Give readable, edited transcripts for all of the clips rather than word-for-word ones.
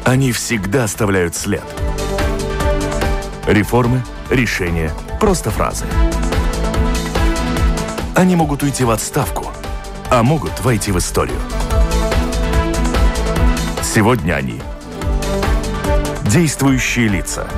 Они всегда оставляют след. Реформы, решения, просто фразы. Они могут уйти в отставку, а могут войти в историю. Сегодня они – действующие лица.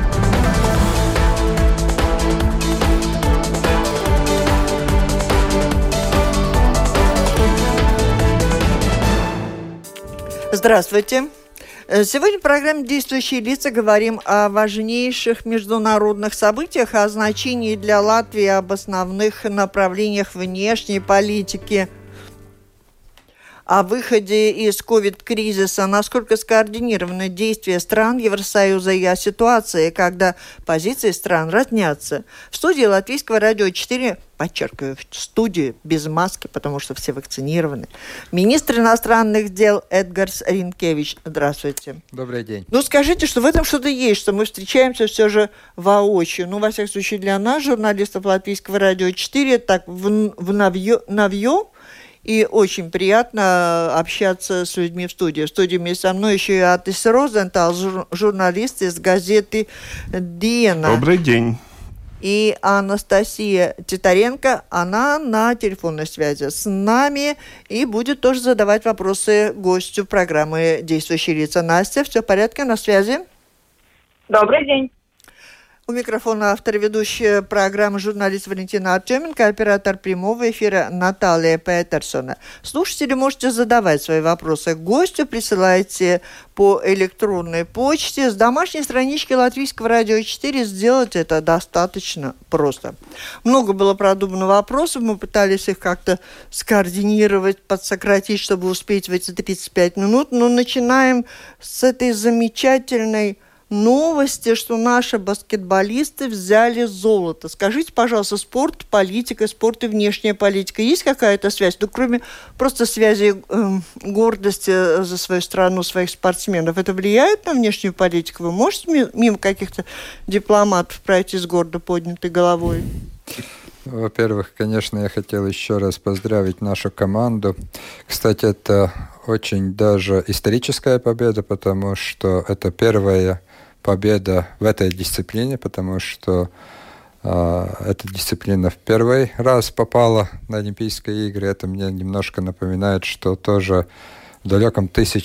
Здравствуйте. Сегодня в программе «Действующие лица» говорим о важнейших международных событиях, о значении для Латвии, об основных направлениях внешней политики, о выходе из ковид-кризиса, насколько скоординированы действия стран Евросоюза и о ситуации, когда позиции стран разнятся. В студии Латвийского радио 4, подчеркиваю, в студии без маски, потому что все вакцинированы, министр иностранных дел Эдгарс Ринкевич. Здравствуйте. Добрый день. Ну, скажите, что в этом что-то есть, что мы встречаемся все же воочию. Ну, во всяком случае, для нас, журналистов Латвийского радио 4, так в навье. И очень приятно общаться с людьми в студии. В студии вместе со мной еще и Атис Розентал, журналист из газеты «Диена». Добрый день. И Анастасия Титаренко, она на телефонной связи с нами и будет тоже задавать вопросы гостю программы «Действующие лица». Настя, все в порядке, на связи? Добрый день. У микрофона автор и ведущая программы журналист Валентина Артеменко, оператор прямого эфира Наталья Петерсона. Слушатели, можете задавать свои вопросы гостю, присылайте по электронной почте. С домашней странички Латвийского радио 4 сделать это достаточно просто. Много было продумано вопросов, мы пытались их как-то скоординировать, подсократить, чтобы успеть в эти 35 минут, но начинаем с этой замечательной новости, что наши баскетболисты взяли золото. Скажите, пожалуйста, спорт, политика, спорт и внешняя политика. Есть какая-то связь? Ну, кроме просто связи гордости за свою страну, своих спортсменов. Это влияет на внешнюю политику? Вы можете мимо каких-то дипломатов пройти с гордо поднятой головой? Во-первых, конечно, я хотел еще раз поздравить нашу команду. Кстати, это очень даже историческая победа, потому что это первая победа в этой дисциплине, потому что эта дисциплина в первый раз попала на Олимпийские игры. Это мне немножко напоминает, что тоже в далеком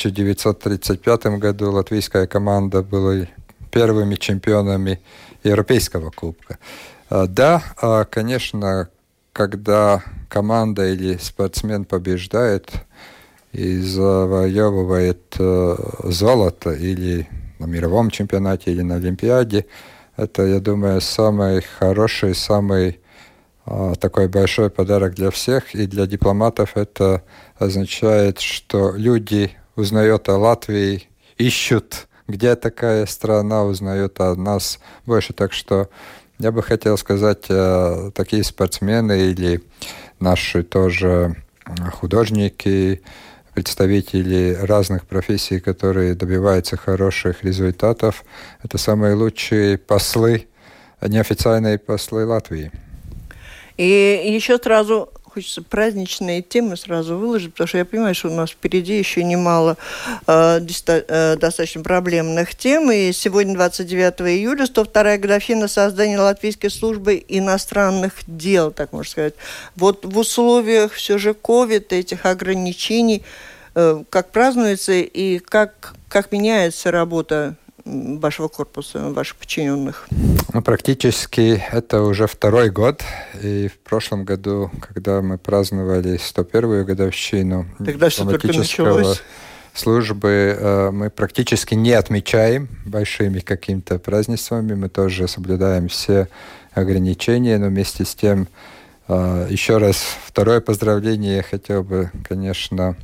1935 году латвийская команда была первыми чемпионами Европейского кубка. Да, конечно, когда команда или спортсмен побеждает и завоевывает золото или на мировом чемпионате, или на Олимпиаде, это, я думаю, самый хороший, самый такой большой подарок для всех. И для дипломатов это означает, что люди узнают о Латвии, ищут, где такая страна, узнают о нас больше. Так что я бы хотел сказать, такие спортсмены или наши тоже художники, представители разных профессий, которые добиваются хороших результатов, это самые лучшие послы, неофициальные послы Латвии. И еще сразу хочется праздничные темы сразу выложить, потому что я понимаю, что у нас впереди еще немало достаточно проблемных тем. И сегодня, 29 июля, 102-я годовщина создания Латвийской службы иностранных дел, так можно сказать. Вот в условиях все же ковид, этих ограничений, как празднуется и как меняется работа вашего корпуса, ваших подчиненных? Ну, практически это уже второй год. И в прошлом году, когда мы праздновали 101-ю годовщину дипломатического службы, мы практически не отмечаем большими какими-то празднествами. Мы тоже соблюдаем все ограничения, но вместе с тем еще раз второе поздравление я хотел бы, конечно,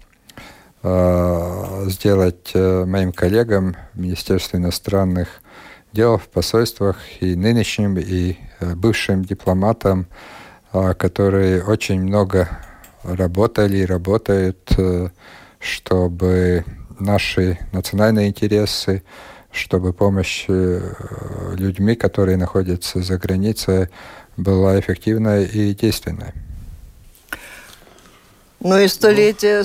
сделать моим коллегам в Министерстве иностранных дел, в посольствах, и нынешним, и бывшим дипломатам, которые очень много работали и работают, чтобы наши национальные интересы, чтобы помощь людьми, которые находятся за границей, была эффективной и действенной. Ну и столетие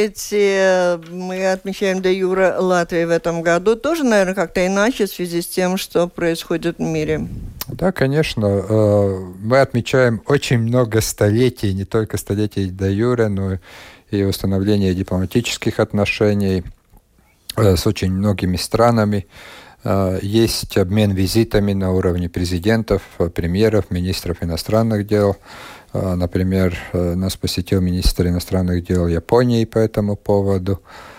мы отмечаем де юре Латвии в этом году. Тоже, наверное, как-то иначе в связи с тем, что происходит в мире. Да, конечно. Мы отмечаем очень много столетий, не только столетий де юре, но и установление дипломатических отношений с очень многими странами. Есть обмен визитами на уровне президентов, премьеров, министров иностранных дел. Например, нас посетил министр иностранных дел Японии по этому поводу,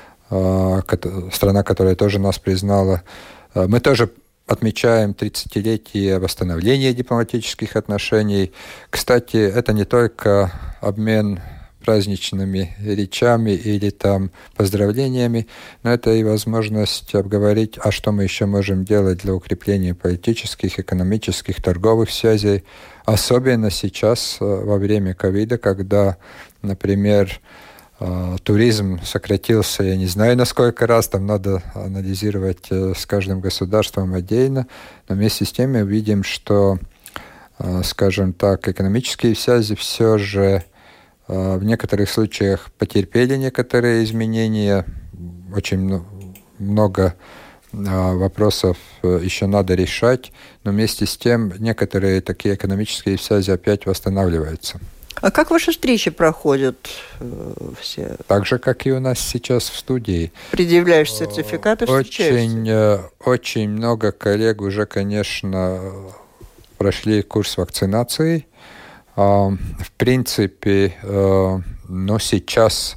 страна, которая тоже нас признала. Мы тоже отмечаем 30-летие восстановления дипломатических отношений. Кстати, это не только обмен праздничными речами или там поздравлениями, но это и возможность обговорить, а что мы еще можем делать для укрепления политических, экономических, торговых связей, особенно сейчас, во время ковида, когда, например, туризм сократился, я не знаю, на сколько раз, там надо анализировать с каждым государством отдельно, но вместе с тем мы видим, что, скажем так, экономические связи все же в некоторых случаях потерпели некоторые изменения. Очень много вопросов еще надо решать, но вместе с тем некоторые такие экономические связи опять восстанавливаются. А как ваши встречи проходят все? Так же, как и у нас сейчас в студии. Предъявляешь сертификаты, встречаешься? Очень много коллег уже, конечно, прошли курс вакцинации. В принципе, но сейчас,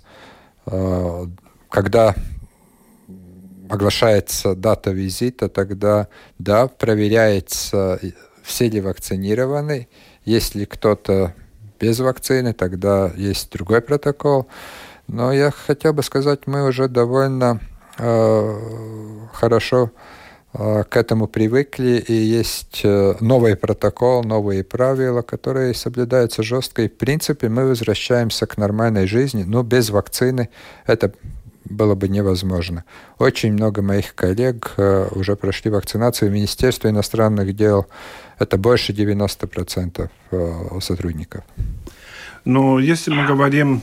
когда оглашается дата визита, тогда, да, проверяется, все ли вакцинированы. Если кто-то без вакцины, тогда есть другой протокол. Но я хотел бы сказать, мы уже довольно хорошо к этому привыкли, и есть новый протокол, новые правила, которые соблюдаются жестко. И, в принципе, мы возвращаемся к нормальной жизни, но без вакцины это было бы невозможно. Очень много моих коллег уже прошли вакцинацию. В Министерстве иностранных дел это больше 90% сотрудников. Но если мы говорим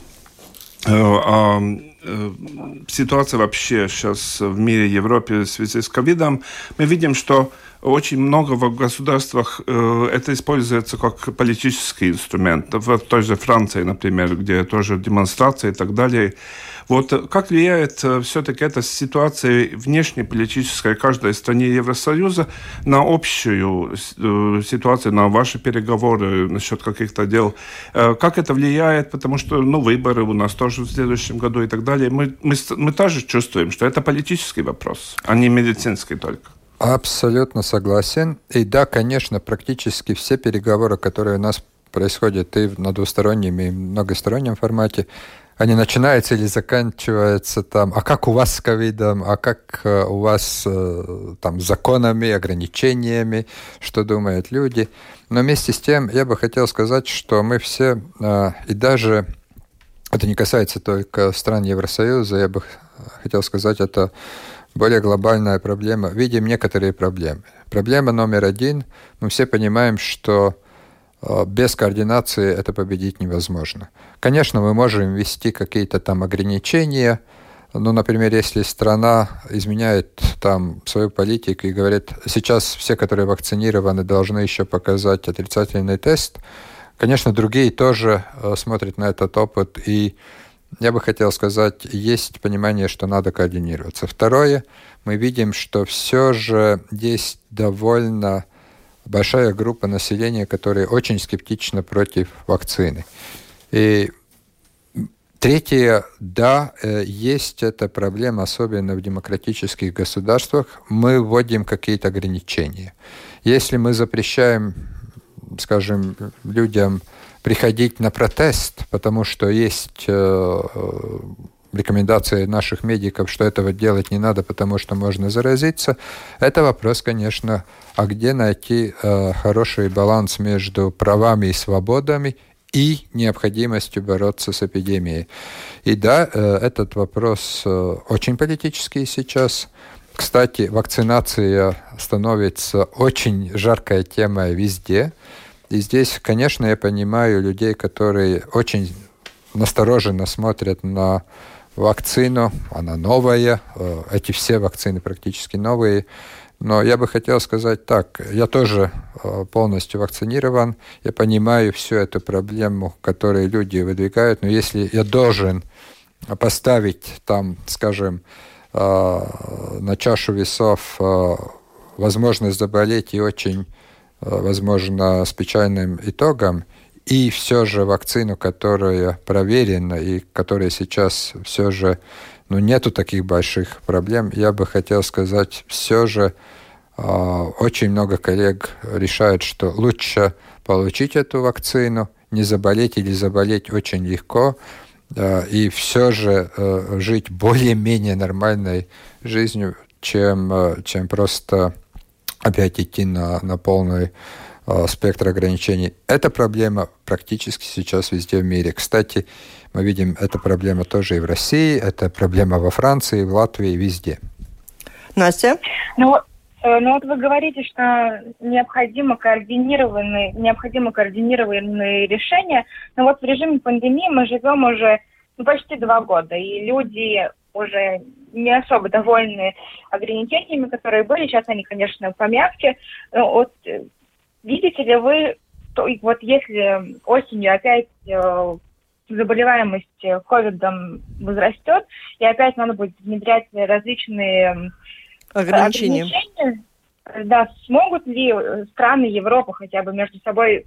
о ситуации вообще сейчас в мире, Европе в связи с ковидом, мы видим, что очень много в государствах это используется как политический инструмент. В той же Франции, например, где тоже демонстрации и так далее. Вот как влияет все-таки эта ситуация внешнеполитическая каждой стране Евросоюза на общую ситуацию, на ваши переговоры насчет каких-то дел? Как это влияет? Потому что выборы у нас тоже в следующем году и так далее. Мы тоже чувствуем, что это политический вопрос, а не медицинский только. Абсолютно согласен. И да, конечно, практически все переговоры, которые у нас происходят и на двустороннем, и многостороннем формате, они начинаются или заканчиваются там, а как у вас с ковидом, а как у вас там с законами, ограничениями, что думают люди. Но вместе с тем я бы хотел сказать, что мы все, и даже это не касается только стран Евросоюза, я бы хотел сказать, это более глобальная проблема. Видим некоторые проблемы. Проблема номер один. Мы все понимаем, что без координации это победить невозможно. Конечно, мы можем ввести какие-то там ограничения. Например, если страна изменяет там свою политику и говорит, сейчас все, которые вакцинированы, должны еще показать отрицательный тест. Конечно, другие тоже смотрят на этот опыт, и я бы хотел сказать, есть понимание, что надо координироваться. Второе, мы видим, что все же есть довольно большая группа населения, которые очень скептично против вакцины. И третье, да, есть эта проблема, особенно в демократических государствах. Мы вводим какие-то ограничения. Если мы запрещаем, скажем, людям приходить на протест, потому что есть рекомендации наших медиков, что этого делать не надо, потому что можно заразиться. Это вопрос, конечно, а где найти хороший баланс между правами и свободами и необходимостью бороться с эпидемией. И да, этот вопрос очень политический сейчас. Кстати, вакцинация становится очень жаркой темой везде. И здесь, конечно, я понимаю людей, которые очень настороженно смотрят на вакцину. Она новая, эти все вакцины практически новые. Но я бы хотел сказать так, я тоже полностью вакцинирован, я понимаю всю эту проблему, которую люди выдвигают, но если я должен поставить там, скажем, на чашу весов возможность заболеть и очень, возможно, с печальным итогом, и все же вакцину, которая проверена и которая сейчас все же, нету таких больших проблем, я бы хотел сказать, все же очень много коллег решают, что лучше получить эту вакцину, не заболеть или заболеть очень легко, и все же жить более-менее нормальной жизнью, чем просто опять идти на полный спектр ограничений. Эта проблема практически сейчас везде в мире. Кстати, мы видим, эта проблема тоже и в России, это проблема во Франции, в Латвии, везде. Настя? Ну вот вы говорите, что необходимо координированные решения. Но вот в режиме пандемии мы живем уже почти 2 года, и люди уже не особо довольны ограничениями, которые были. Сейчас они, конечно, помягче. Вот видите ли вы, вот если осенью опять заболеваемость ковидом возрастет, и опять надо будет внедрять различные ограничения. Да, смогут ли страны Европы хотя бы между собой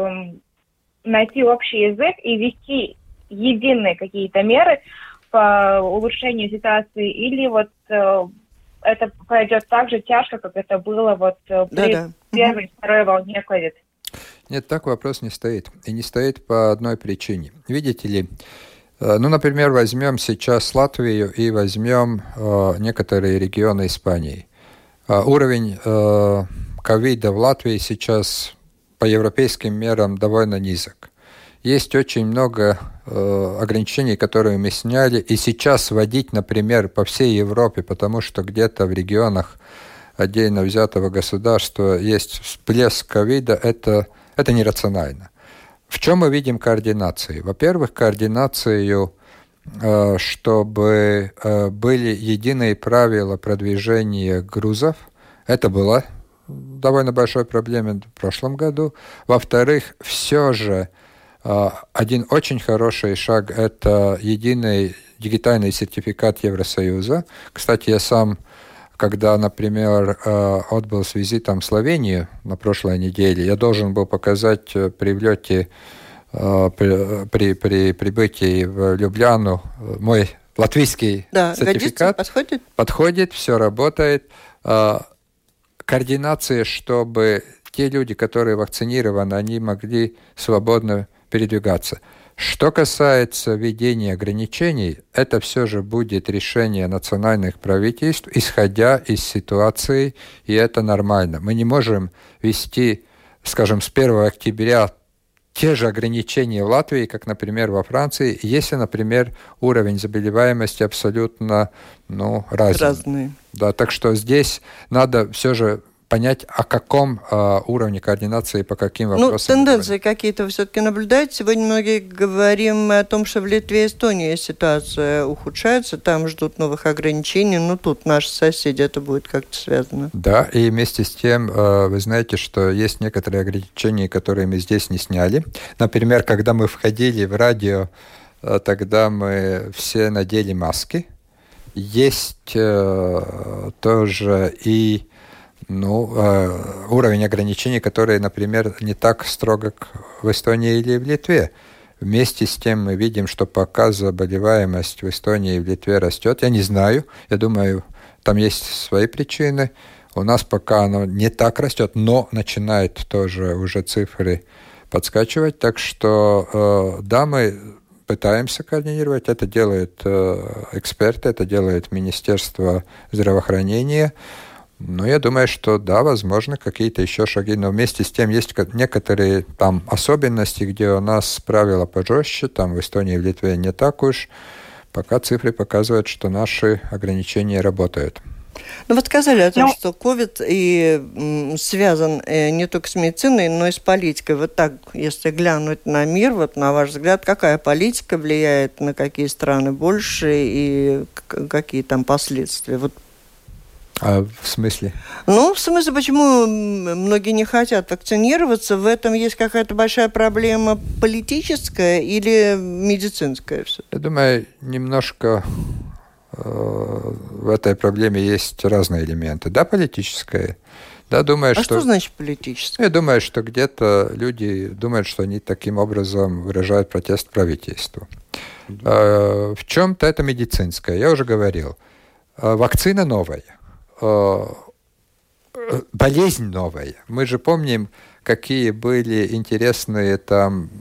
найти общий язык и ввести единые какие-то меры по улучшению ситуации, или вот это пройдет так же тяжко, как это было при первой и второй волне ковид? Нет, так вопрос не стоит. И не стоит по одной причине. Видите ли, например, возьмем сейчас Латвию и возьмем некоторые регионы Испании. Уровень ковида в Латвии сейчас по европейским мерам довольно низок. Есть очень много ограничений, которые мы сняли, и сейчас вводить, например, по всей Европе, потому что где-то в регионах отдельно взятого государства есть всплеск ковида, это нерационально. В чем мы видим координацию? Во-первых, координацию, чтобы были единые правила продвижения грузов. Это было довольно большой проблемой в прошлом году. Во-вторых, все же один очень хороший шаг – это единый дигитальный сертификат Евросоюза. Кстати, я сам, когда, например, отбыл с визитом в Словению на прошлой неделе, я должен был показать при влете, при прибытии в Любляну мой латвийский сертификат. Годится, подходит, все работает. Координация, чтобы те люди, которые вакцинированы, они могли свободно передвигаться. Что касается введения ограничений, это все же будет решение национальных правительств, исходя из ситуации, и это нормально. Мы не можем ввести, скажем, с 1 октября те же ограничения в Латвии, как, например, во Франции, если, например, уровень заболеваемости абсолютно разный. Да, так что здесь надо все же понять, о каком уровне координации, по каким вопросам. Тенденции какие-то вы все-таки наблюдаете. Сегодня многие говорим о том, что в Литве и Эстонии ситуация ухудшается, там ждут новых ограничений, тут наши соседи, это будет как-то связано. Да, и вместе с тем, вы знаете, что есть некоторые ограничения, которые мы здесь не сняли. Например, когда мы входили в радио, тогда мы все надели маски. Есть тоже и уровень ограничений, которые, например, не так строго, как в Эстонии или в Литве. Вместе с тем мы видим, что пока заболеваемость в Эстонии и в Литве растет. Я не знаю, я думаю, там есть свои причины. У нас пока оно не так растет, но начинает тоже уже цифры подскачивать. Так что, да, мы пытаемся координировать. Это делают эксперты, это делает Министерство здравоохранения. Но я думаю, что да, возможно, какие-то еще шаги, но вместе с тем есть некоторые там особенности, где у нас правила пожестче, там в Эстонии и в Литве не так уж. Пока цифры показывают, что наши ограничения работают. Ну, вот сказали о том, что COVID и связан не только с медициной, но и с политикой. Вот так, если глянуть на мир, вот на ваш взгляд, какая политика влияет на какие страны больше и какие там последствия? Вот. А в смысле? Ну, в смысле, почему многие не хотят вакцинироваться? В этом есть какая-то большая проблема политическая или медицинская? Я думаю, немножко... в этой проблеме есть разные элементы. Да, политическая. Да, думаю, что значит политическая? Я думаю, что где-то люди думают, что они таким образом выражают протест правительству. В чем-то это медицинское. Я уже говорил. Вакцина новая. Болезнь новая. Мы же помним, какие были интересные там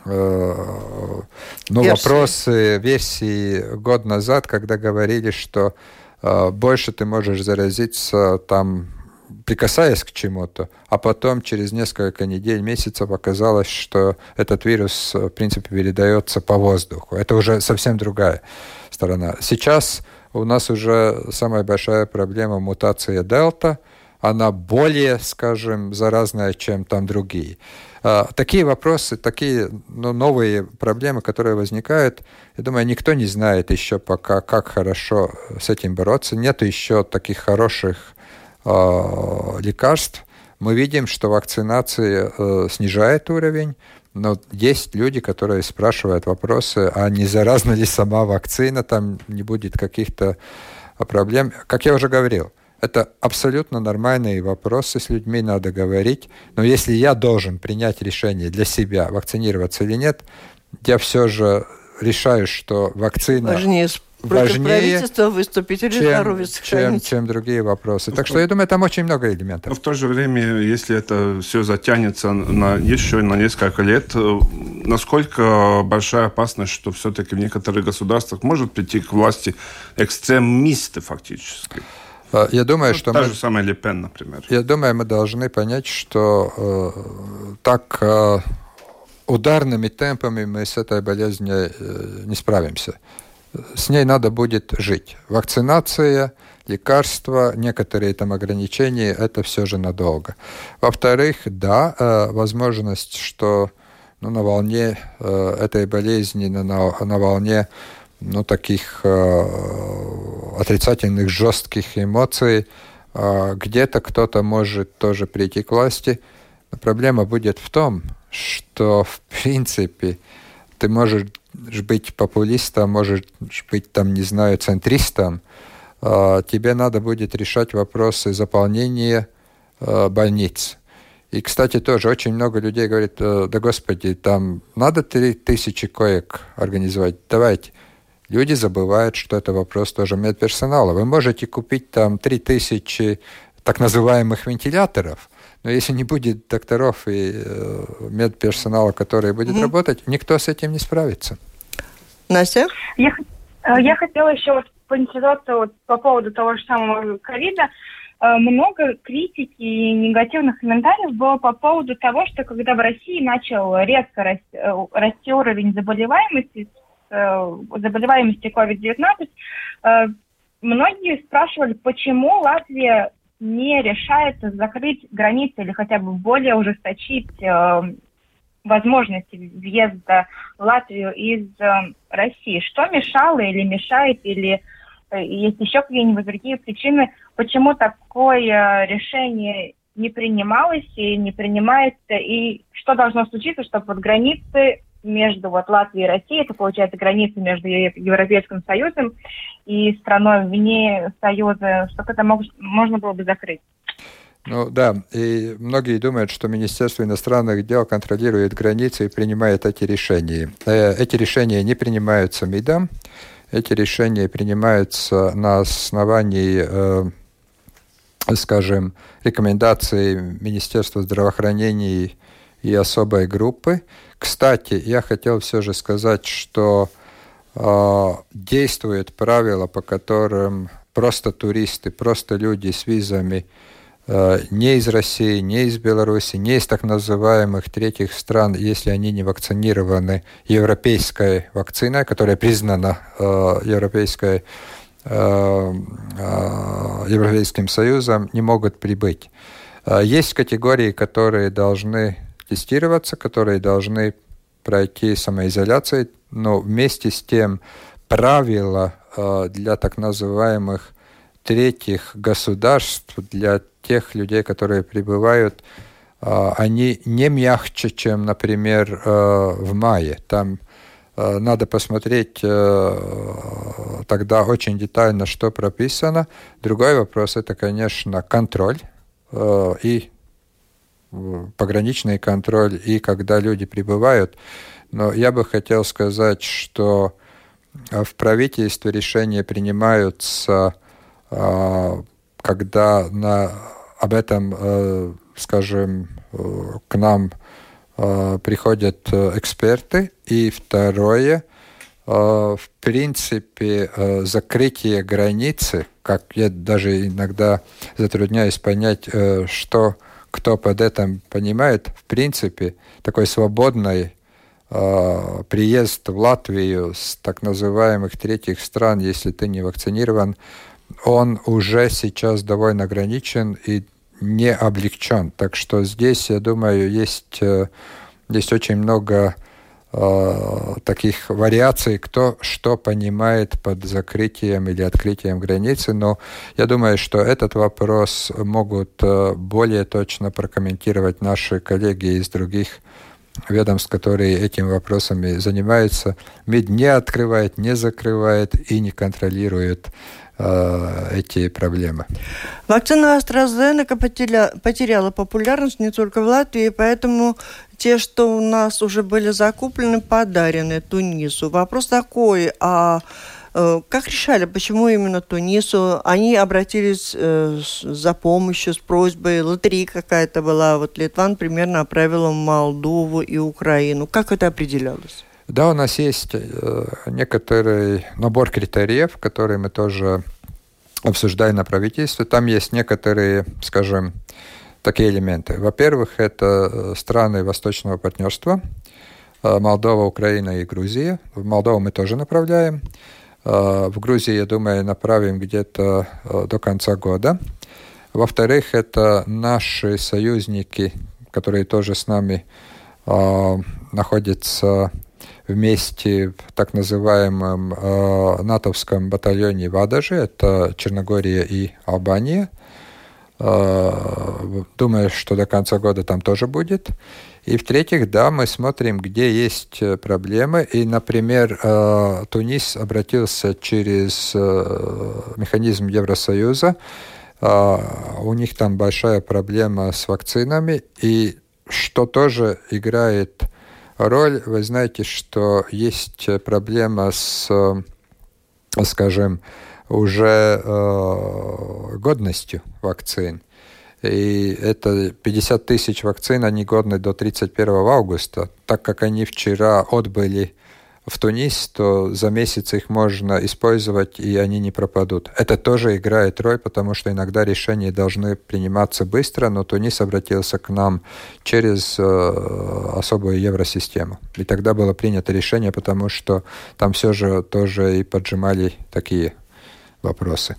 вопросы, версии год назад, когда говорили, что больше ты можешь заразиться там, прикасаясь к чему-то, а потом через несколько недель, месяцев оказалось, что этот вирус, в принципе, передается по воздуху. Это уже совсем другая сторона. Сейчас у нас уже самая большая проблема мутация дельта. Она более, скажем, заразная, чем там другие. Такие вопросы, такие новые проблемы, которые возникают, я думаю, никто не знает еще пока, как хорошо с этим бороться. Нет еще таких хороших лекарств. Мы видим, что вакцинация снижает уровень, но есть люди, которые спрашивают вопросы, а не заразна ли сама вакцина, там не будет каких-то проблем. Как я уже говорил, это абсолютно нормальные вопросы, с людьми надо говорить. Но если я должен принять решение для себя, вакцинироваться или нет, я все же решаю, что вакцина важнее правительства выступить или здоровье сохранить. Чем другие вопросы. Так что я думаю, там очень много элементов. Но в то же время, если это все затянется еще на несколько лет, насколько большая опасность, что все-таки в некоторых государствах может прийти к власти экстремисты фактически? Я думаю, что та же самая Ле Пен, например. Я думаю, мы должны понять, что так ударными темпами мы с этой болезнью не справимся. С ней надо будет жить. Вакцинация, лекарства, некоторые там ограничения, это все же надолго. Во-вторых, да, возможность, что на волне этой болезни, на волне таких отрицательных, жестких эмоций, где-то кто-то может тоже прийти к власти. Но проблема будет в том, что, в принципе, ты можешь быть популистом, можешь быть, там, не знаю, центристом. Тебе надо будет решать вопросы заполнения больниц. И, кстати, тоже очень много людей говорят, да господи, там надо 3000 коек организовать, давайте. Люди забывают, что это вопрос тоже медперсонала. Вы можете купить там 3000 так называемых вентиляторов, но если не будет докторов и медперсонала, который будет работать, никто с этим не справится. Настя? Я хотела еще поинтересоваться по поводу того же самого ковида. Много критики и негативных комментариев было по поводу того, что когда в России начал резко расти уровень заболеваемости COVID-19, многие спрашивали, почему Латвия не решается закрыть границы или хотя бы более ужесточить возможности въезда в Латвию из России. Что мешало или мешает, или есть еще какие-нибудь другие причины, почему такое решение не принималось и не принимается, и что должно случиться, чтобы границы между Латвией и Россией, это получается граница между Европейским Союзом и страной вне Союза, чтобы это можно было бы закрыть. Да, и многие думают, что Министерство иностранных дел контролирует границы и принимает эти решения. Эти решения не принимаются МИДом, эти решения принимаются на основании, скажем, рекомендаций Министерства здравоохранения и особой группы. Кстати, я хотел все же сказать, что действует правило, по которым просто туристы, просто люди с визами не из России, не из Беларуси, не из так называемых третьих стран, если они не вакцинированы европейской вакциной, которая признана Европейской Европейским Союзом, не могут прибыть. Есть категории, которые должны тестироваться, которые должны пройти самоизоляцию, но вместе с тем правила для так называемых третьих государств, для тех людей, которые прибывают, они не мягче, чем, например, в мае. Там надо посмотреть тогда очень детально, что прописано. Другой вопрос – это, конечно, контроль и пограничный контроль, и когда люди прибывают. Но я бы хотел сказать, что в правительстве решения принимаются, когда об этом, скажем, к нам приходят эксперты. И второе, в принципе, закрытие границы, как я даже иногда затрудняюсь понять, кто под этим понимает, в принципе, такой свободный приезд в Латвию с так называемых третьих стран, если ты не вакцинирован, он уже сейчас довольно ограничен и не облегчен. Так что здесь, я думаю, есть очень много таких вариаций, кто что понимает под закрытием или открытием границы, но я думаю, что этот вопрос могут более точно прокомментировать наши коллеги из других ведомств, которые этими вопросами занимаются. МИД не открывает, не закрывает и не контролирует эти проблемы. Вакцина AstraZeneca потеряла популярность не только в Латвии, поэтому те, что у нас уже были закуплены, подарены Тунису. Вопрос такой, как решали, почему именно Тунису? Они обратились за помощью, с просьбой, лотерея какая-то была, вот Литва, например, направила в Молдову и Украину. Как это определялось? Да, у нас есть некоторый набор критериев, которые мы тоже обсуждаем на правительстве. Там есть некоторые, скажем, такие элементы. Во-первых, это страны Восточного партнерства, Молдова, Украина и Грузия. В Молдову мы тоже направляем. В Грузии, я думаю, направим где-то до конца года. Во-вторых, это наши союзники, которые тоже с нами находятся вместе в так называемом натовском батальоне в Адаже, это Черногория и Албания. Думаю, что до конца года там тоже будет. И в-третьих, да, мы смотрим, где есть проблемы. И, например, Тунис обратился через механизм Евросоюза. У них там большая проблема с вакцинами. И что тоже играет роль, вы знаете, что есть проблема с, скажем, уже годностью вакцин. И это 50 тысяч вакцин, они годны до 31 августа. Так как они вчера отбыли в Тунис, то за месяц их можно использовать, и они не пропадут. Это тоже играет роль, потому что иногда решения должны приниматься быстро, но Тунис обратился к нам через особую евросистему. И тогда было принято решение, потому что там все же тоже и поджимали такие вопросы.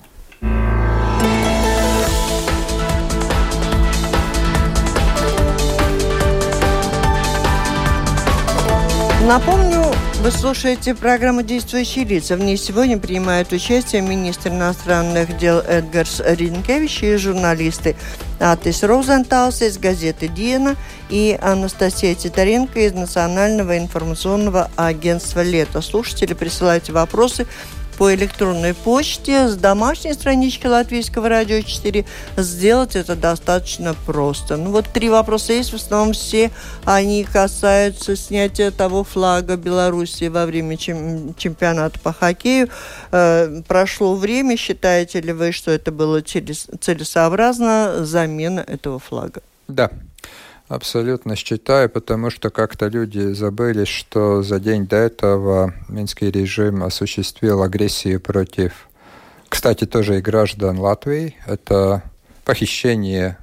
Напомню, вы слушаете программу «Действующие лица». В ней сегодня принимают участие министр иностранных дел Эдгарс Ринкевич и журналисты Атис Розенталс из газеты «Диена» и Анастасия Титаренко из Национального информационного агентства «Лето». Слушатели, присылайте вопросы по электронной почте с домашней странички Латвийского радио 4. Сделать это достаточно просто. Ну вот 3 вопроса есть, в основном все они касаются снятия того флага Белоруссии во время чемпионата по хоккею. Прошло время, считаете ли вы, что это было целесообразно, замена этого флага? Да. Абсолютно считаю, потому что как-то люди забыли, что за день до этого минский режим осуществил агрессию против, кстати, тоже и граждан Латвии. Это похищение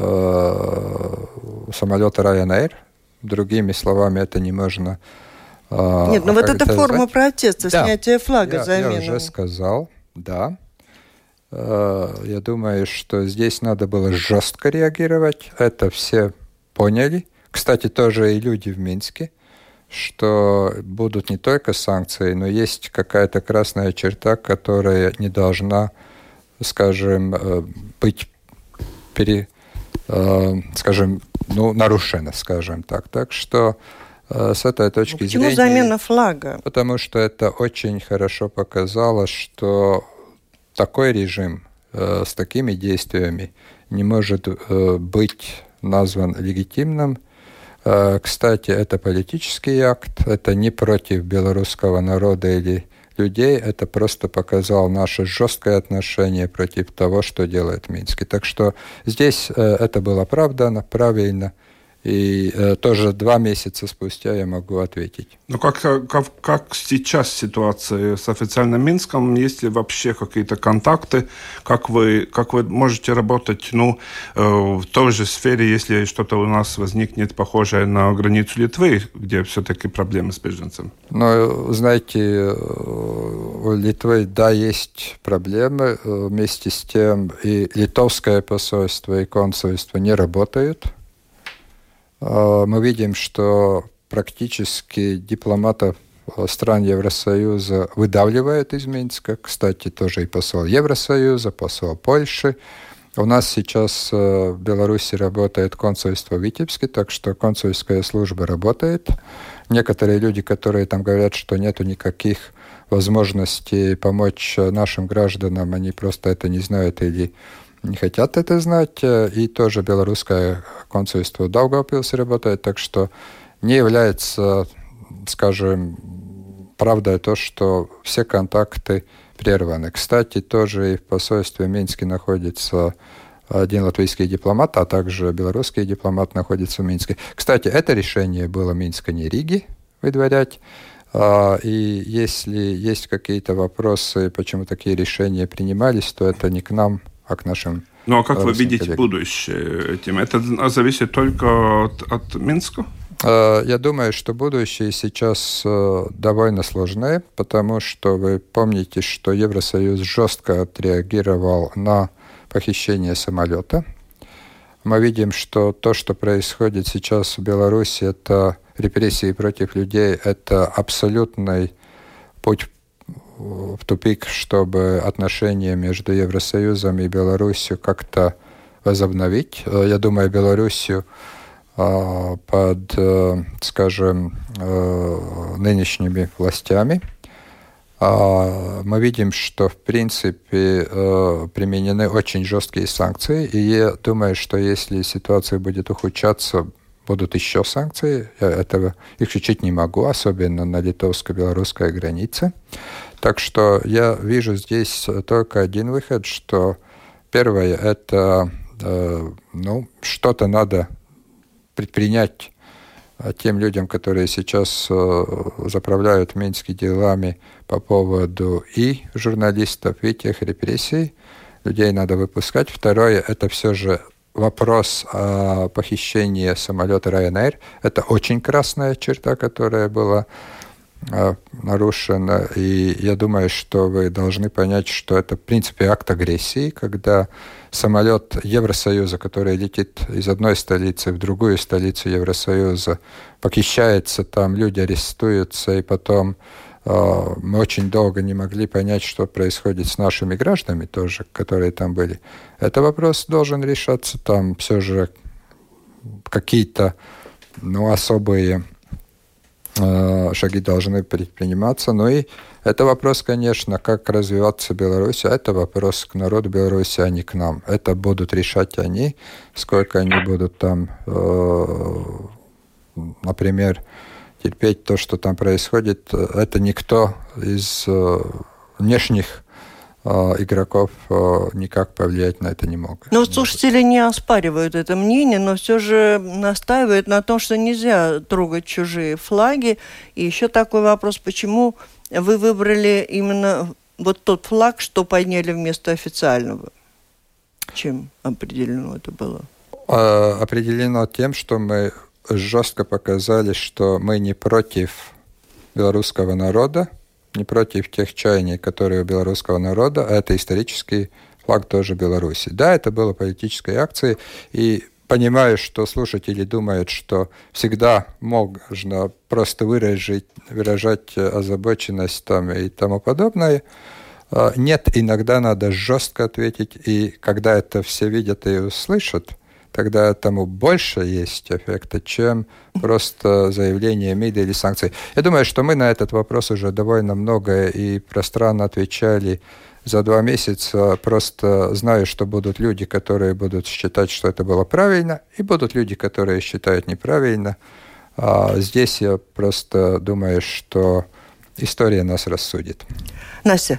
самолета Ryanair. Другими словами, это не можно... Нет, но вот это форма протеста, да, снятие флага, замена. Я уже сказал, да. я думаю, что здесь надо было жестко реагировать. Это все поняли. Кстати, тоже и люди в Минске, что будут не только санкции, но есть какая-то красная черта, которая не должна, скажем, быть нарушена, скажем так. Так что с этой точки зрения... Почему замена флага? Потому что это очень хорошо показало, что такой режим с такими действиями не может быть назван легитимным. Кстати, это политический акт, это не против белорусского народа или людей, это просто показал наше жесткое отношение против того, что делает Минск. Так что здесь это было оправдано, правильно. И тоже 2 месяца спустя я могу ответить. Ну, как сейчас ситуация с официальным Минском? Есть ли вообще какие-то контакты? Как вы можете работать в той же сфере, если что-то у нас возникнет похожее на границу Литвы, где все-таки проблемы с беженцами? Ну, знаете, у Литвы, да, есть проблемы. Вместе с тем и литовское посольство, и консульство не работают. Мы видим, что практически дипломатов стран Евросоюза выдавливают из Минска. Кстати, тоже и посол Евросоюза, посол Польши. У нас сейчас в Беларуси работает консульство в Витебске, так что консульская служба работает. Некоторые люди, которые там говорят, что нету никаких возможностей помочь нашим гражданам, они просто это не знают или не хотят это знать. И тоже белорусское консульство в Даугавпилсе работает, так что не является, скажем, правдой то, что все контакты прерваны. Кстати, тоже и в посольстве в Минске находится один латвийский дипломат, а также белорусский дипломат находится в Минске. Кстати, это решение было Минска, не Риги, выдворять. И если есть какие-то вопросы, почему такие решения принимались, то это не к нам, а к нашим. Ну, а как вы видите коллегам будущее этим? Это зависит только от Минска? Я думаю, что будущее сейчас довольно сложное, потому что вы помните, что Евросоюз жестко отреагировал на похищение самолета. Мы видим, что то, что происходит сейчас в Беларуси, это репрессии против людей, это абсолютный путь в тупик, чтобы отношения между Евросоюзом и Беларусью как-то возобновить. Я думаю, Белоруссию под, скажем, нынешними властями. Мы видим, что, в принципе, применены очень жесткие санкции, и я думаю, что если ситуация будет ухудшаться, будут еще санкции. Я этого исключить не могу, особенно на литовско-белорусской границе. Так что я вижу здесь только один выход, что первое, это что-то надо предпринять тем людям, которые сейчас заправляют в Минске делами по поводу и журналистов, и тех репрессий. Людей надо выпускать. Второе, это все же вопрос о похищении самолета Ryanair. Это очень красная черта, которая была нарушена. И я думаю, что вы должны понять, что это, в принципе, акт агрессии, когда самолет Евросоюза, который летит из одной столицы в другую столицу Евросоюза, похищается, там люди арестуются, и потом мы очень долго не могли понять, что происходит с нашими гражданами тоже, которые там были. Этот вопрос должен решаться. Там все же какие-то особые шаги должны предприниматься. Ну и это вопрос, конечно, как развиваться Беларуси. Это вопрос к народу Беларуси, а не к нам. Это будут решать они, сколько они будут там, например, терпеть то, что там происходит. Это никто из внешних игроков никак повлиять на это не мог. Но слушатели не оспаривают это мнение, но все же настаивают на том, что нельзя трогать чужие флаги. И еще такой вопрос, почему вы выбрали именно вот тот флаг, что подняли вместо официального? Чем определено это было? Определено тем, что мы жестко показали, что мы не против белорусского народа, не против тех чаяний, которые у белорусского народа, а это исторически флаг тоже Беларуси. Да, это было политической акцией, и понимаю, что слушатели думают, что всегда можно просто выражать озабоченность там и тому подобное. Нет, иногда надо жестко ответить, и когда это все видят и услышат, тогда этому больше есть эффекта, чем просто заявление МИДа или санкций. Я думаю, что мы на этот вопрос уже довольно много и пространно отвечали за 2 месяца. Просто знаю, что будут люди, которые будут считать, что это было правильно, и будут люди, которые считают неправильно. А здесь я просто думаю, что история нас рассудит. Настя.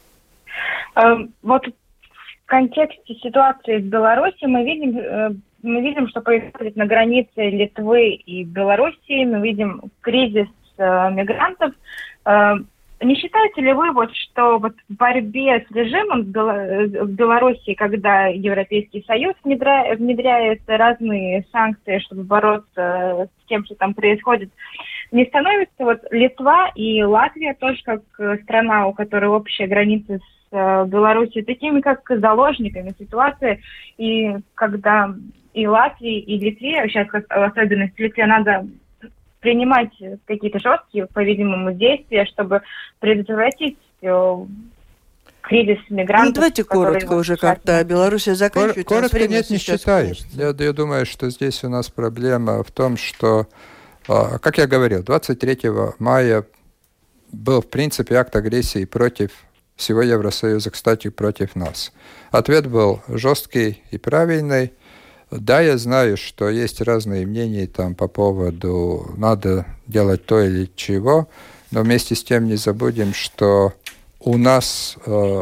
Вот в контексте ситуации в Беларуси мы видим, что происходит на границе Литвы и Белоруссии. Мы видим кризис мигрантов. Не считаете ли вы, что в борьбе с режимом в Беларуси, когда Европейский Союз внедряет разные санкции, чтобы бороться с тем, что там происходит, не становится Литва и Латвия тоже как страна, у которой общая граница с Белоруссией, такими как заложниками ситуации, и когда и Латвии, и Литве, сейчас в особенности Литве, надо принимать какие-то жесткие, по-видимому, действия, чтобы предотвратить кризис мигрантов. Давайте коротко уже как-то. Белоруссия заканчивает. Коротко нет, не считаю. Я думаю, что здесь у нас проблема в том, что, как я говорил, 23 мая был, в принципе, акт агрессии против всего Евросоюза, кстати, против нас. Ответ был жесткий и правильный. Да, я знаю, что есть разные мнения там по поводу надо делать то или чего, но вместе с тем не забудем, что у нас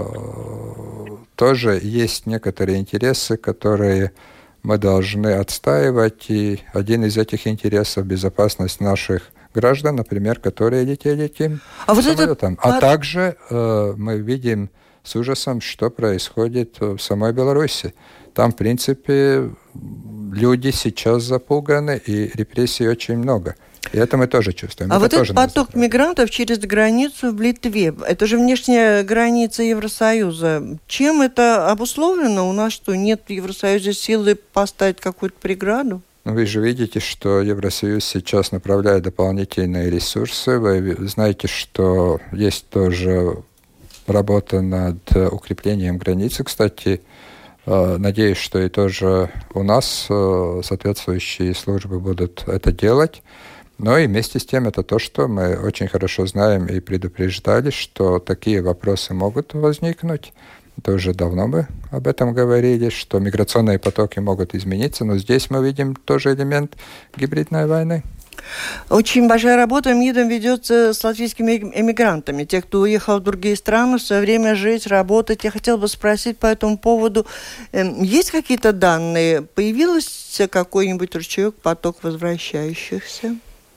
тоже есть некоторые интересы, которые мы должны отстаивать, и один из этих интересов – безопасность наших граждан, например, которые летели этим самолетом. А также мы видим с ужасом, что происходит в самой Беларуси. Там, в принципе, люди сейчас запуганы, и репрессий очень много. И это мы тоже чувствуем. А вот этот поток мигрантов через границу в Литве, это же внешняя граница Евросоюза. Чем это обусловлено? У нас что, нет в Евросоюзе силы поставить какую-то преграду? Вы же видите, что Евросоюз сейчас направляет дополнительные ресурсы. Вы знаете, что есть тоже работа над укреплением границы. Кстати, надеюсь, что и тоже у нас соответствующие службы будут это делать. Но и вместе с тем это то, что мы очень хорошо знаем и предупреждали, что такие вопросы могут возникнуть. Это уже давно мы об этом говорили, что миграционные потоки могут измениться, но здесь мы видим тоже элемент гибридной войны. Очень большая работа МИДом ведется с латвийскими эмигрантами, те, кто уехал в другие страны, в свое время жить, работать. Я хотела бы спросить по этому поводу, есть какие-то данные? Появился какой-нибудь ручеек, поток возвращающихся?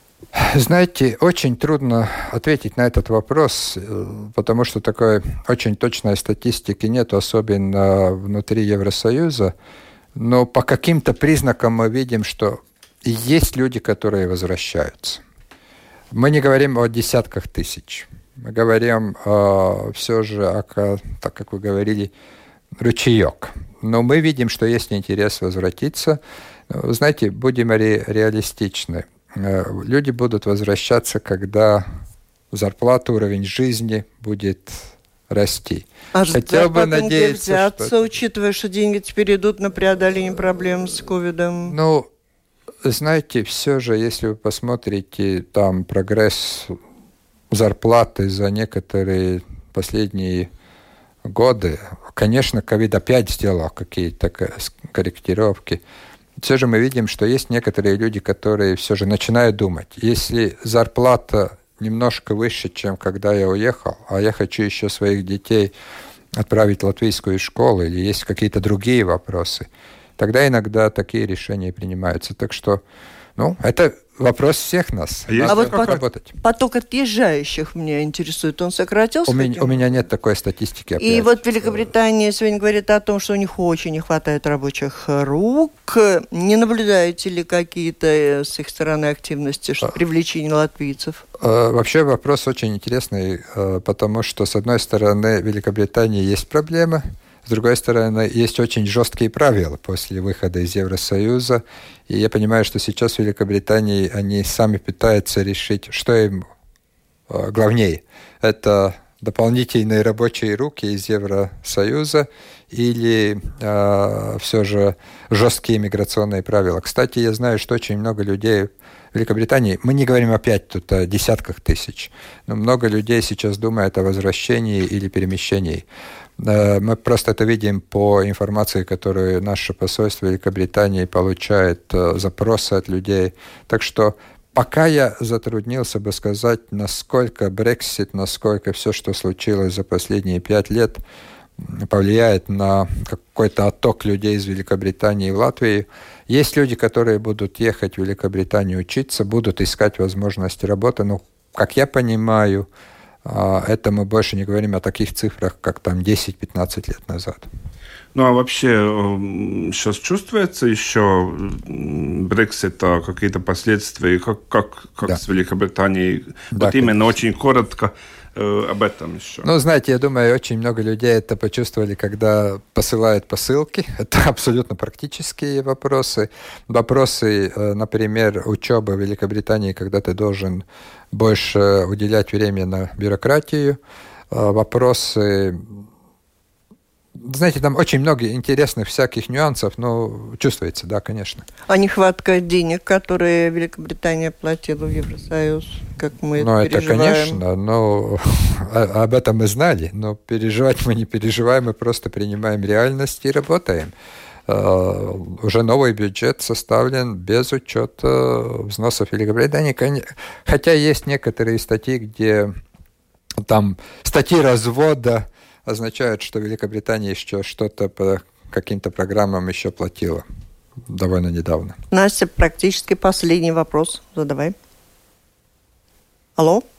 Знаете, очень трудно ответить на этот вопрос, потому что такой очень точной статистики нет, особенно внутри Евросоюза. Но по каким-то признакам мы видим, что есть люди, которые возвращаются. Мы не говорим о десятках тысяч. Мы говорим все же, так как вы говорили, ручеек. Но мы видим, что есть интерес возвратиться. Знаете, будем реалистичны. Люди будут возвращаться, когда зарплата, уровень жизни будет расти. А хотел бы надеяться, взяться, учитывая, что деньги теперь идут на преодоление проблем с ковидом? Ну, знаете, все же, если вы посмотрите там прогресс зарплаты за некоторые последние годы, конечно, ковид опять сделал какие-то корректировки. Все же мы видим, что есть некоторые люди, которые все же начинают думать. Если зарплата немножко выше, чем когда я уехал, а я хочу еще своих детей отправить в латвийскую школу, или есть какие-то другие вопросы, тогда иногда такие решения принимаются. Так что, это вопрос всех нас. А вот поток отъезжающих меня интересует. Он сократился? У меня нет такой статистики. Опять. И вот Великобритания сегодня говорит о том, что у них очень не хватает рабочих рук. Не наблюдаете ли какие-то с их стороны активности, что привлечение латвийцев? Вообще вопрос очень интересный, потому что, с одной стороны, в Великобритании есть проблемы С другой стороны, есть очень жесткие правила после выхода из Евросоюза. И я понимаю, что сейчас в Великобритании они сами пытаются решить, что им главнее. Это дополнительные рабочие руки из Евросоюза или все же жесткие миграционные правила. Кстати, я знаю, что очень много людей в Великобритании, мы не говорим опять тут о десятках тысяч, но много людей сейчас думают о возвращении или перемещении. Мы просто это видим по информации, которую наше посольство Великобритании получает, запросы от людей. Так что пока я затруднился бы сказать, насколько Brexit, насколько все, что случилось за последние 5 лет, повлияет на какой-то отток людей из Великобритании в Латвию. Есть люди, которые будут ехать в Великобританию учиться, будут искать возможности работы. Но, как я понимаю, это мы больше не говорим о таких цифрах, как там 10-15 лет назад. Ну, а вообще сейчас чувствуется еще Брексита, какие-то последствия, как да. С Великобританией? Да, вот именно очень коротко об этом еще. Ну, знаете, я думаю, очень много людей это почувствовали, когда посылают посылки. Это абсолютно практические вопросы. Вопросы, например, учебы в Великобритании, когда ты должен больше уделять время на бюрократию. Вопросы... Знаете, там очень много интересных всяких нюансов, но чувствуется, да, конечно. А нехватка денег, которые Великобритания платила в Евросоюз, как мы это переживаем? Это, конечно, но об этом мы знали, но переживать мы не переживаем, мы просто принимаем реальность и работаем. Уже новый бюджет составлен без учета взносов Великобритании, хотя есть некоторые статьи, где там статьи развода означает, что Великобритания еще что-то по каким-то программам еще платила довольно недавно. Настя, практически последний вопрос. Задавай. Алло?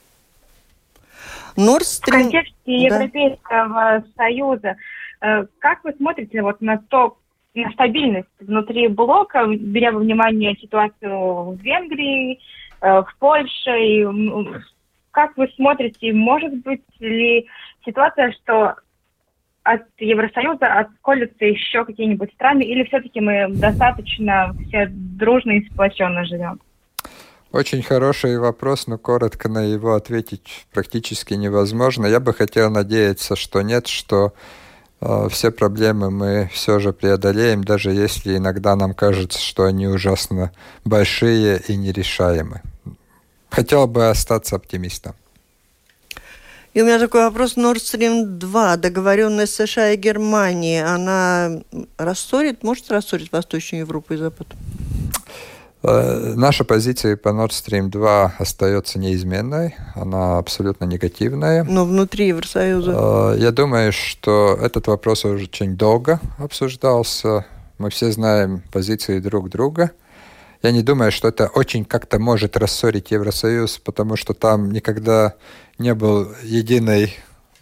Nord Stream... В контексте Европейского Союза, как вы смотрите вот на стабильность внутри блока, беря во внимание ситуацию в Венгрии, в Польше? Как вы смотрите, может быть ли ситуация, что от Евросоюза отколются еще какие-нибудь страны, или все-таки мы достаточно все дружно и сплоченно живем? Очень хороший вопрос, но коротко на его ответить практически невозможно. Я бы хотел надеяться, что нет, что все проблемы мы все же преодолеем, даже если иногда нам кажется, что они ужасно большие и нерешаемы. Хотел бы остаться оптимистом. И у меня такой вопрос. Nord Stream 2, договоренность США и Германии, она может рассорить Восточную Европу и Запад? Наша позиция по Nord Stream 2 остается неизменной, она абсолютно негативная. Но внутри Евросоюза? Я думаю, что этот вопрос уже очень долго обсуждался. Мы все знаем позиции друг друга. Я не думаю, что это очень как-то может рассорить Евросоюз, потому что там никогда не был единой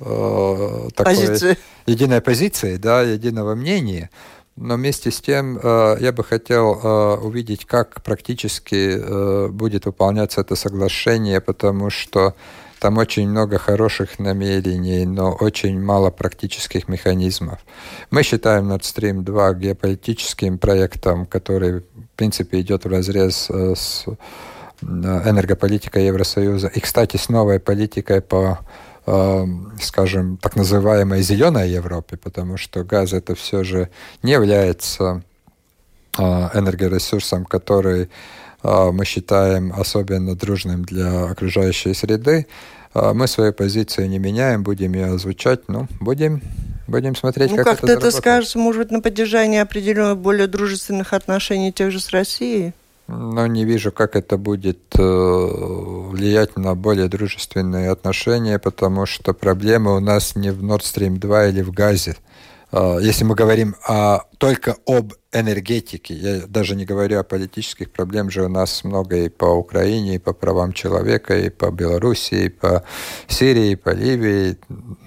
позиции, да, единого мнения. Но вместе с тем я бы хотел увидеть, как практически будет выполняться это соглашение, потому что там очень много хороших намерений, но очень мало практических механизмов. Мы считаем Nord Stream 2 геополитическим проектом, который, в принципе, идет вразрез с энергополитикой Евросоюза. И, кстати, с новой политикой по, скажем, так называемой зеленой Европе, потому что газ это все же не является энергоресурсом, который мы считаем особенно дружным для окружающей среды. Мы свою позицию не меняем, будем ее озвучать, но будем смотреть, как это заработает. Как-то это скажется, может быть, на поддержание определенных более дружественных отношений тех же с Россией? Но не вижу, как это будет влиять на более дружественные отношения, потому что проблема у нас не в Nord Stream 2 или в газе. Если мы говорим только об энергетике, я даже не говорю о политических проблемах, же у нас много и по Украине, и по правам человека, и по Белоруссии, и по Сирии, и по Ливии,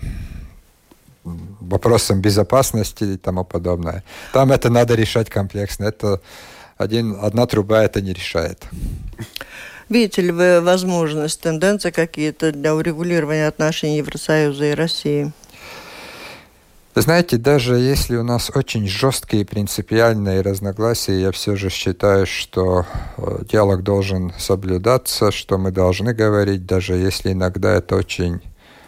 вопросам безопасности и тому подобное. Там это надо решать комплексно. Это одна труба это не решает. Видите ли вы возможность, тенденции какие-то для урегулирования отношений Евросоюза и России? Знаете, даже если у нас очень жесткие принципиальные разногласия, я все же считаю, что диалог должен соблюдаться, что мы должны говорить, даже если иногда это очень,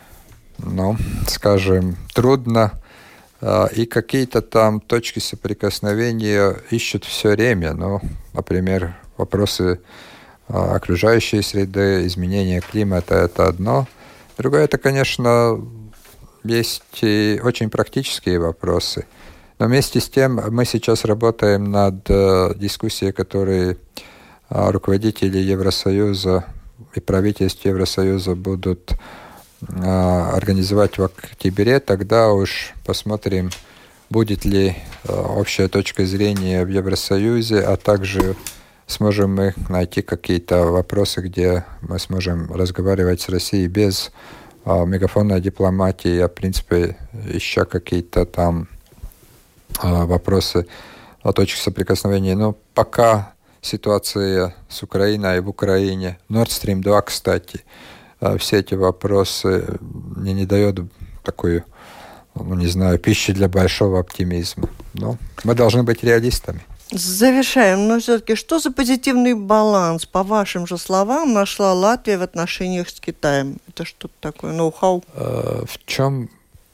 скажем, трудно. И какие-то там точки соприкосновения ищут все время. Например, вопросы окружающей среды, изменения климата – это одно. Другое – это, конечно, есть и очень практические вопросы. Но вместе с тем мы сейчас работаем над дискуссией, которые руководители Евросоюза и правительство Евросоюза будут организовать в октябре. Тогда уж посмотрим, будет ли общая точка зрения в Евросоюзе, а также сможем мы найти какие-то вопросы, где мы сможем разговаривать с Россией без мегафонной дипломатии, в принципе, ища какие-то там вопросы о точке соприкосновения. Но пока ситуация с Украиной и в Украине, Nord Stream 2, кстати, все эти вопросы мне не дают такую, пищи для большого оптимизма. Но мы должны быть реалистами. Завершаем. Но все-таки, что за позитивный баланс, по вашим же словам, нашла Латвия в отношениях с Китаем? Это что-то такое, ноу-хау? В чем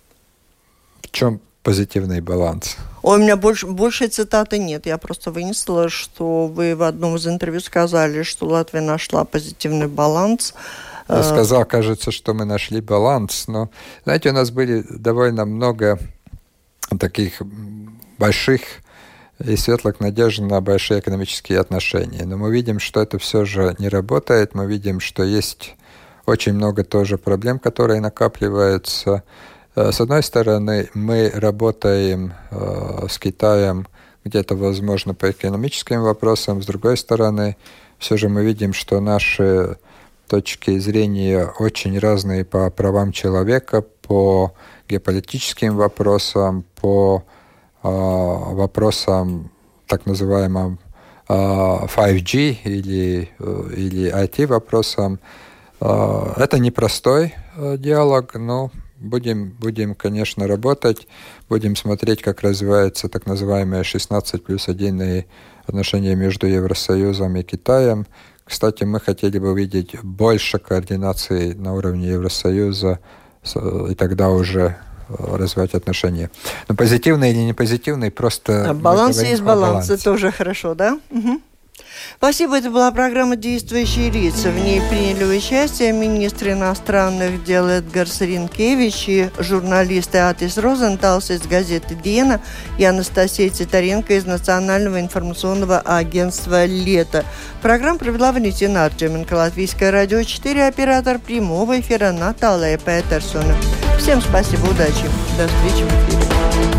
позитивный баланс? У меня больше цитаты нет. Я просто вынесла, что вы в одном из интервью сказали, что Латвия нашла позитивный баланс. Я сказал, кажется, что мы нашли баланс. Но, знаете, у нас были довольно много таких больших и светлых надежд на большие экономические отношения. Но мы видим, что это все же не работает. Мы видим, что есть очень много тоже проблем, которые накапливаются. С одной стороны, мы работаем с Китаем где-то, возможно, по экономическим вопросам. С другой стороны, все же мы видим, что наши точки зрения очень разные по правам человека, по геополитическим вопросам, по вопросам так называемым 5G или IT-вопросам. Это непростой диалог, но будем, конечно, работать, будем смотреть, как развиваются так называемые 16+1 отношения между Евросоюзом и Китаем. Кстати, мы хотели бы увидеть больше координации на уровне Евросоюза и тогда уже развивать отношения. Но позитивный или не позитивный, просто... Баланс есть баланс, это тоже хорошо, да? Угу. Спасибо, это была программа «Действующие лица». В ней приняли участие министр иностранных дел Эдгарс Ринкевич и журналисты Атис Розенталс из газеты «Диена» и Анастасия Титаренко из Национального информационного агентства «Лето». Программу провела Валентина Артеменко, Латвийское радио 4, оператор прямого эфира Наталья Петерсона. Всем спасибо, удачи, до встречи в эфире.